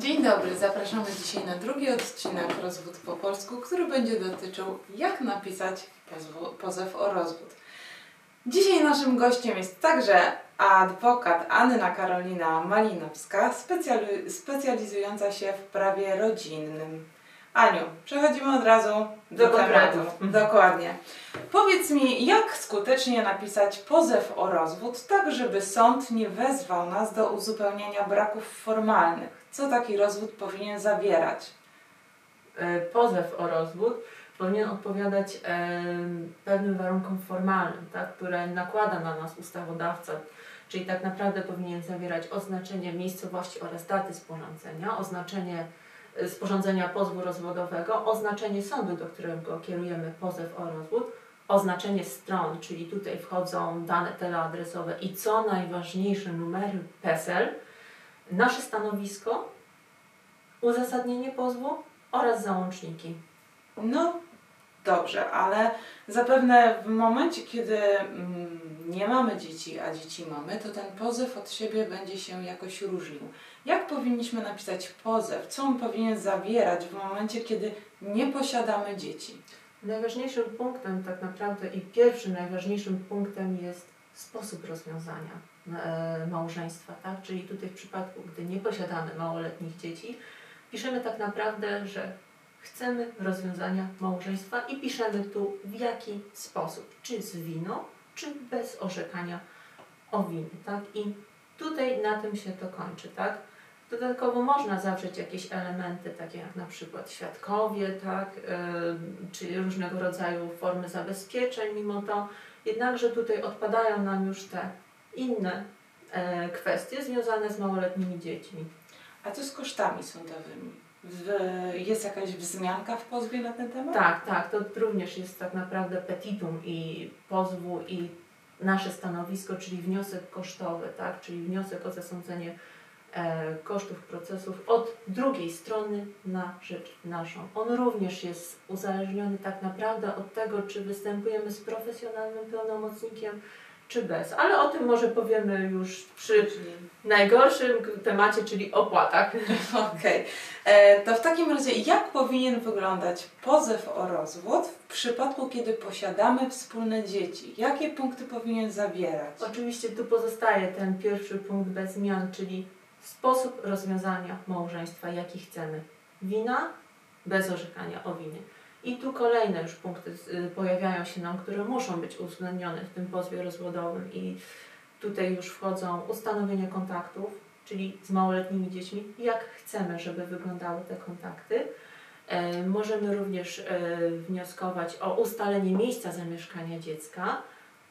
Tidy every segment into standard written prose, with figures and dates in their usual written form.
Dzień dobry, zapraszamy dzisiaj na drugi odcinek Rozwód po polsku, który będzie dotyczył jak napisać pozew o rozwód. Dzisiaj naszym gościem jest także adwokat Anna Karolina Malinowska, specjalizująca się w prawie rodzinnym. Aniu, przechodzimy od razu do tematu. Dokładnie. Powiedz mi, jak skutecznie napisać pozew o rozwód, tak żeby sąd nie wezwał nas do uzupełnienia braków formalnych? Co taki rozwód powinien zawierać? Pozew o rozwód powinien odpowiadać pewnym warunkom formalnym, tak, które nakłada na nas ustawodawca, czyli tak naprawdę powinien zawierać oznaczenie miejscowości oraz daty sporządzenia, oznaczenie sporządzenia pozwu rozwodowego, oznaczenie sądu, do którego kierujemy pozew o rozwód, oznaczenie stron, czyli tutaj wchodzą dane teleadresowe i co najważniejsze numery PESEL, nasze stanowisko, uzasadnienie pozwu oraz załączniki. No dobrze, ale zapewne w momencie, kiedy nie mamy dzieci, a dzieci mamy, to ten pozew od siebie będzie się jakoś różnił. Jak powinniśmy napisać pozew? Co on powinien zawierać w momencie, kiedy nie posiadamy dzieci? Najważniejszym punktem tak naprawdę i pierwszym najważniejszym punktem jest sposób rozwiązania małżeństwa, tak? Czyli tutaj w przypadku, gdy nie posiadamy małoletnich dzieci, piszemy tak naprawdę, że chcemy rozwiązania małżeństwa i piszemy tu w jaki sposób, czy z winą, czy bez orzekania o winie, tak? I tutaj na tym się to kończy, tak? Dodatkowo można zawrzeć jakieś elementy, takie jak na przykład świadkowie, tak? Czy różnego rodzaju formy zabezpieczeń, mimo to jednakże tutaj odpadają nam już te inne kwestie związane z małoletnimi dziećmi. A co z kosztami sądowymi? Jest jakaś wzmianka w pozwie na ten temat? Tak, tak, to również jest tak naprawdę petitum i pozwu i nasze stanowisko, czyli wniosek kosztowy, tak, czyli wniosek o zasądzenie kosztów procesów od drugiej strony na rzecz naszą. On również jest uzależniony tak naprawdę od tego, czy występujemy z profesjonalnym pełnomocnikiem, czy bez. Ale o tym może powiemy już przy najgorszym temacie, czyli opłatach. Okej. To w takim razie jak powinien wyglądać pozew o rozwód w przypadku, kiedy posiadamy wspólne dzieci? Jakie punkty powinien zawierać? Oczywiście tu pozostaje ten pierwszy punkt bez zmian, czyli sposób rozwiązania małżeństwa, jaki chcemy. Wina, bez orzekania o winie. I tu kolejne już punkty pojawiają się nam, które muszą być uwzględnione w tym pozwie rozwodowym i tutaj już wchodzą ustanowienie kontaktów, czyli z małoletnimi dziećmi, jak chcemy, żeby wyglądały te kontakty. Możemy również wnioskować o ustalenie miejsca zamieszkania dziecka.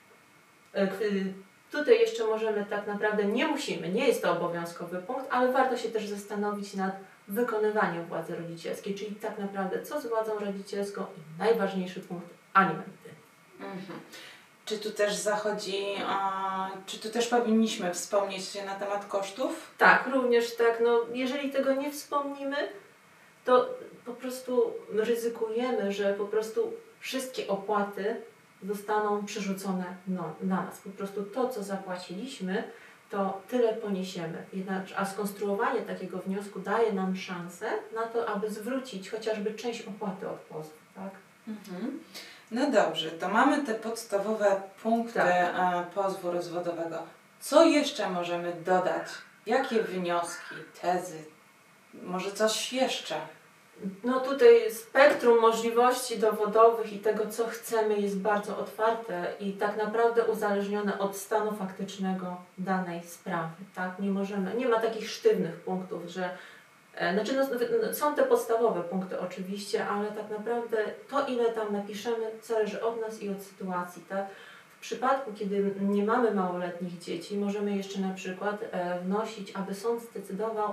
Tutaj jeszcze możemy tak naprawdę, nie musimy, nie jest to obowiązkowy punkt, ale warto się też zastanowić nad wykonywaniem władzy rodzicielskiej, czyli tak naprawdę co z władzą rodzicielską i najważniejszy punkt, alimenty. Czy tu też czy tu też powinniśmy wspomnieć na temat kosztów? Tak, również tak, no jeżeli tego nie wspomnimy, to po prostu ryzykujemy, że po prostu wszystkie opłaty zostaną przerzucone na nas. Po prostu to, co zapłaciliśmy, to tyle poniesiemy. A skonstruowanie takiego wniosku daje nam szansę na to, aby zwrócić chociażby część opłaty od pozwu, tak? No dobrze, to mamy te podstawowe punkty pozwu rozwodowego. Co jeszcze możemy dodać? Jakie wnioski, tezy? Może coś jeszcze? No tutaj spektrum możliwości dowodowych i tego, co chcemy, jest bardzo otwarte i tak naprawdę uzależnione od stanu faktycznego danej sprawy, tak? Nie ma takich sztywnych punktów, że są te podstawowe punkty oczywiście, ale tak naprawdę to, ile tam napiszemy, zależy od nas i od sytuacji, tak? W przypadku, kiedy nie mamy małoletnich dzieci, możemy jeszcze na przykład wnosić, aby sąd zdecydował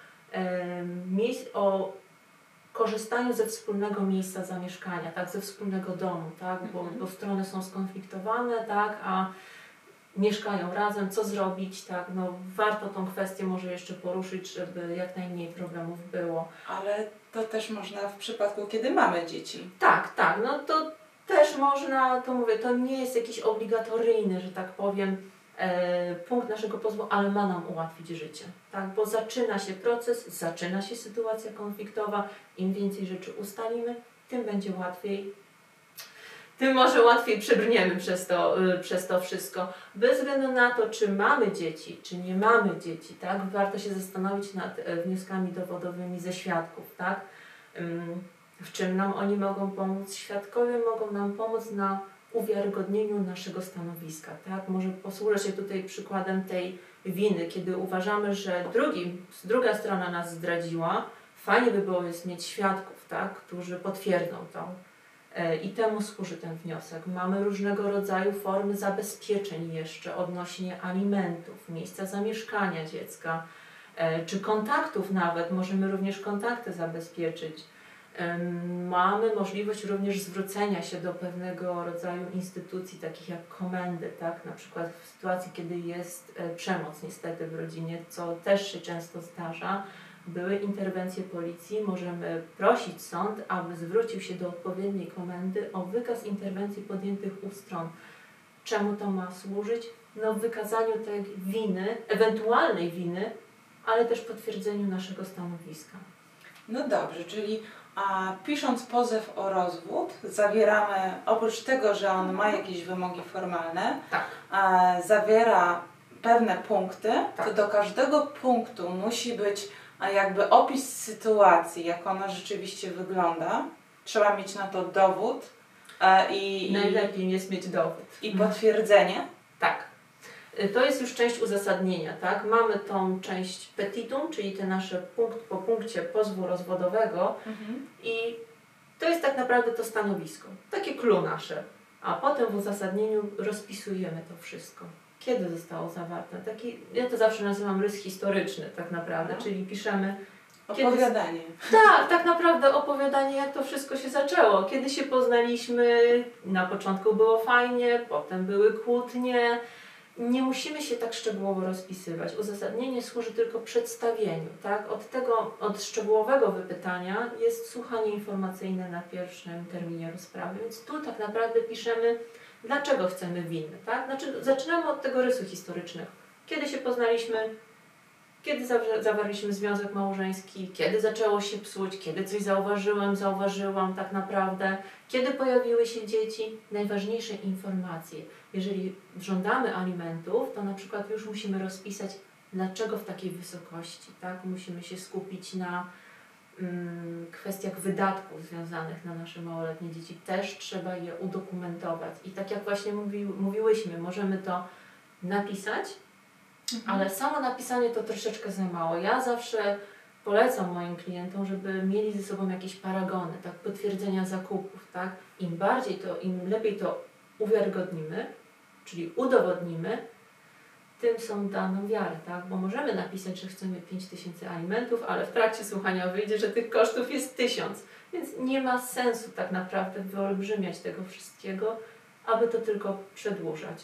o korzystaniu ze wspólnego miejsca zamieszkania, tak, ze wspólnego domu, tak, bo strony są skonfliktowane, tak, a mieszkają razem, co zrobić, tak, no warto tą kwestię może jeszcze poruszyć, żeby jak najmniej problemów było. Ale to też można w przypadku, kiedy mamy dzieci. Tak, tak, no to też można, to mówię, to nie jest jakiś obligatoryjny, że tak powiem, punkt naszego pozwu, ale ma nam ułatwić życie, tak? Bo zaczyna się proces, zaczyna się sytuacja konfliktowa, im więcej rzeczy ustalimy, tym będzie łatwiej, tym może łatwiej przebrniemy przez to wszystko. Bez względu na to, czy mamy dzieci, czy nie mamy dzieci, tak? Warto się zastanowić nad wnioskami dowodowymi ze świadków, tak? W czym nam oni mogą pomóc? Świadkowie mogą nam pomóc na uwiarygodnieniu naszego stanowiska, tak? Może posłużę się tutaj przykładem tej winy, kiedy uważamy, że druga strona nas zdradziła, fajnie by było mieć świadków, tak? Którzy potwierdzą to. I temu służy ten wniosek. Mamy różnego rodzaju formy zabezpieczeń jeszcze odnośnie alimentów, miejsca zamieszkania dziecka, czy kontaktów nawet, możemy również kontakty zabezpieczyć. Mamy możliwość również zwrócenia się do pewnego rodzaju instytucji, takich jak komendy, tak? Na przykład w sytuacji, kiedy jest przemoc niestety w rodzinie, co też się często zdarza, były interwencje policji, możemy prosić sąd, aby zwrócił się do odpowiedniej komendy o wykaz interwencji podjętych u stron. Czemu to ma służyć? No wykazaniu tej winy, ewentualnej winy, ale też potwierdzeniu naszego stanowiska. No dobrze, czyli pisząc pozew o rozwód, zawieramy, oprócz tego, że on ma jakieś wymogi formalne, tak. Zawiera pewne punkty, tak. To do każdego punktu musi być jakby opis sytuacji, jak ona rzeczywiście wygląda. Trzeba mieć na to dowód najlepiej jest mieć dowód. I potwierdzenie. Tak. To jest już część uzasadnienia, tak? Mamy tą część petitum, czyli te nasze punkt po punkcie pozwu rozwodowego i to jest tak naprawdę to stanowisko, takie clue nasze. A potem w uzasadnieniu rozpisujemy to wszystko. Kiedy zostało zawarte? Ja to zawsze nazywam rys historyczny tak naprawdę, czyli piszemy... Opowiadanie. Tak naprawdę opowiadanie, jak to wszystko się zaczęło. Kiedy się poznaliśmy, na początku było fajnie, potem były kłótnie. Nie musimy się tak szczegółowo rozpisywać. Uzasadnienie służy tylko przedstawieniu, tak? Od szczegółowego wypytania jest słuchanie informacyjne na pierwszym terminie rozprawy, więc tu tak naprawdę piszemy, dlaczego chcemy winy, tak? Znaczy, zaczynamy od tego rysu historycznego. Kiedy się poznaliśmy, kiedy zawarliśmy związek małżeński, kiedy zaczęło się psuć, kiedy coś zauważyłam tak naprawdę, kiedy pojawiły się dzieci, najważniejsze informacje. Jeżeli żądamy alimentów, to na przykład już musimy rozpisać, dlaczego w takiej wysokości, tak? Musimy się skupić na kwestiach wydatków związanych na nasze małoletnie dzieci. Też trzeba je udokumentować. I tak jak właśnie mówiłyśmy, możemy to napisać, ale samo napisanie to troszeczkę za mało. Ja zawsze polecam moim klientom, żeby mieli ze sobą jakieś paragony, tak, potwierdzenia zakupów, tak. Im lepiej to uwiarygodnimy, czyli udowodnimy, tym są daną wiarę, tak, bo możemy napisać, że chcemy 5000 alimentów, ale w trakcie słuchania wyjdzie, że tych kosztów jest 1000, więc nie ma sensu tak naprawdę wyolbrzymiać tego wszystkiego, aby to tylko przedłużać.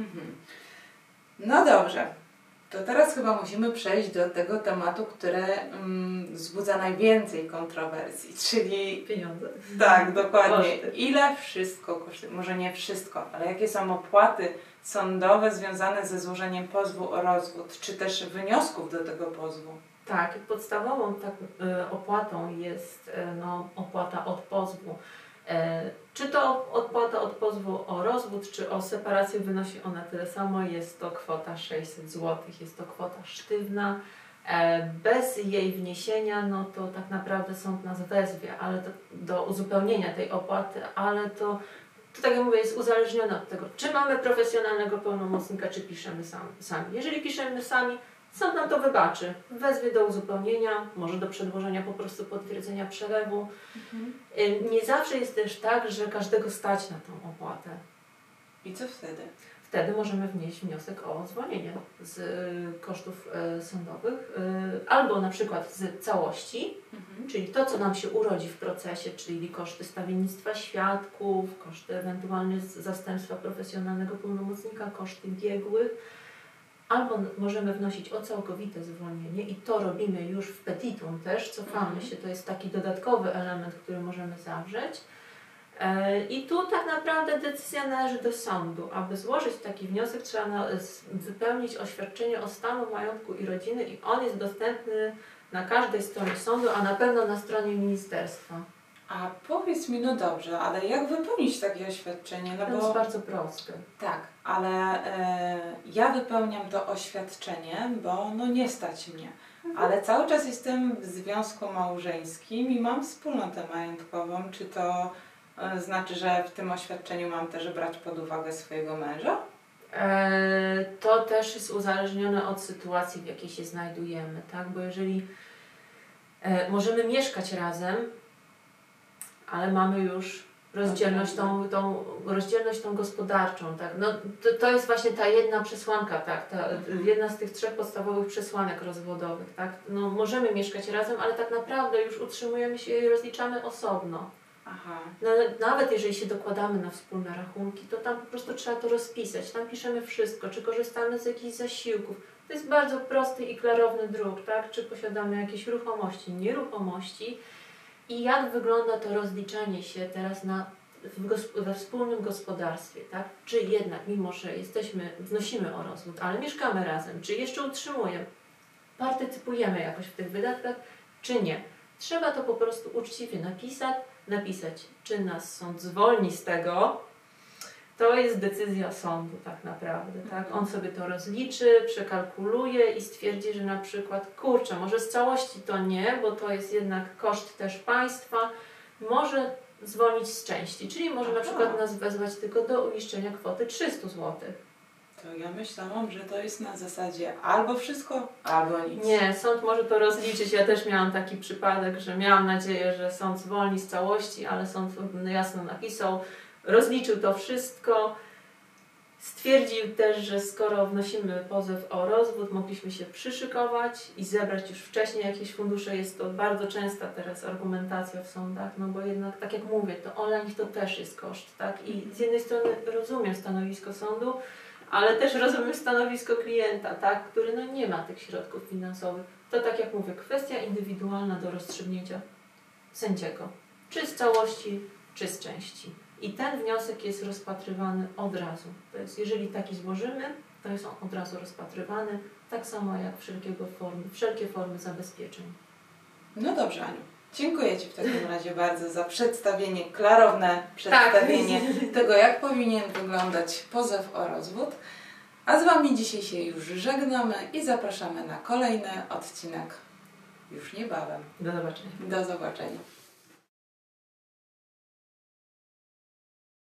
No dobrze. To teraz chyba musimy przejść do tego tematu, który wzbudza najwięcej kontrowersji, czyli... Pieniądze. Tak, dokładnie. Koszty. Ile wszystko kosztuje? Może nie wszystko, ale jakie są opłaty sądowe związane ze złożeniem pozwu o rozwód, czy też wniosków do tego pozwu? Tak, podstawową opłatą jest opłata od pozwu. Czy to opłata od pozwu o rozwód, czy o separację, wynosi ona tyle samo. Jest to kwota 600 zł, jest to kwota sztywna. Bez jej wniesienia, no to tak naprawdę sąd nas wezwie, ale to do uzupełnienia tej opłaty, ale to tak jak mówię, jest uzależnione od tego, czy mamy profesjonalnego pełnomocnika, czy piszemy sami. Jeżeli piszemy sami, sąd nam to wybaczy. Wezwie do uzupełnienia, może do przedłożenia po prostu potwierdzenia przelewu. Nie zawsze jest też tak, że każdego stać na tą opłatę. I co wtedy? Wtedy możemy wnieść wniosek o zwolnienie z kosztów sądowych, albo na przykład z całości, czyli to, co nam się urodzi w procesie, czyli koszty stawiennictwa świadków, koszty ewentualnie zastępstwa profesjonalnego pełnomocnika, koszty biegłych, albo możemy wnosić o całkowite zwolnienie i to robimy już w petitum też, cofamy się, to jest taki dodatkowy element, który możemy zawrzeć. I tu tak naprawdę decyzja należy do sądu. Aby złożyć taki wniosek, trzeba wypełnić oświadczenie o stanu majątku i rodziny i on jest dostępny na każdej stronie sądu, a na pewno na stronie ministerstwa. A powiedz mi, no dobrze, ale jak wypełnić takie oświadczenie? To jest bardzo proste. Tak, ale ja wypełniam to oświadczenie, bo no nie stać mnie. Ale cały czas jestem w związku małżeńskim i mam wspólnotę majątkową. Czy to znaczy, że w tym oświadczeniu mam też brać pod uwagę swojego męża? To też jest uzależnione od sytuacji, w jakiej się znajdujemy, tak? Bo jeżeli możemy mieszkać razem, ale mamy już rozdzielność rozdzielność tą gospodarczą, tak? No, to jest właśnie ta jedna przesłanka, tak? Jedna z tych 3 podstawowych przesłanek rozwodowych, tak? No, możemy mieszkać razem, ale tak naprawdę już utrzymujemy się i rozliczamy osobno. Aha. No, nawet jeżeli się dokładamy na wspólne rachunki, to tam po prostu trzeba to rozpisać. Tam piszemy wszystko, czy korzystamy z jakichś zasiłków. To jest bardzo prosty i klarowny druk, tak? Czy posiadamy jakieś ruchomości, nieruchomości i jak wygląda to rozliczanie się teraz we wspólnym gospodarstwie, tak? Czy jednak, mimo że wnosimy o rozwód, ale mieszkamy razem, czy jeszcze utrzymujemy, partycypujemy jakoś w tych wydatkach, czy nie. Trzeba to po prostu uczciwie napisać, czy nas sąd zwolni z tego. To jest decyzja sądu tak naprawdę, tak? On sobie to rozliczy, przekalkuluje i stwierdzi, że na przykład, kurczę, może z całości to nie, bo to jest jednak koszt też państwa, może zwolnić z części, czyli może na przykład nas wezwać tylko do uiszczenia kwoty 300 zł. To ja myślałam, że to jest na zasadzie albo wszystko, albo nic. Nie, sąd może to rozliczyć. Ja też miałam taki przypadek, że miałam nadzieję, że sąd zwolni z całości, ale sąd jasno napisał, rozliczył to wszystko. Stwierdził też, że skoro wnosimy pozew o rozwód, mogliśmy się przyszykować i zebrać już wcześniej jakieś fundusze. Jest to bardzo częsta teraz argumentacja w sądach, no bo jednak, tak jak mówię, to oleń to też jest koszt, tak? I z jednej strony rozumiem stanowisko sądu, ale też rozumiem stanowisko klienta, tak? Który no nie ma tych środków finansowych. To tak jak mówię, kwestia indywidualna do rozstrzygnięcia sędziego. Czy z całości, czy z części. I ten wniosek jest rozpatrywany od razu. To jest, jeżeli taki złożymy, to jest on od razu rozpatrywany, tak samo jak wszelkie formy zabezpieczeń. No dobrze, Aniu. Dziękuję Ci w takim razie bardzo za przedstawienie, klarowne przedstawienie tego, jak powinien wyglądać pozew o rozwód. A z Wami dzisiaj się już żegnamy i zapraszamy na kolejny odcinek już niebawem. Do zobaczenia. Do zobaczenia.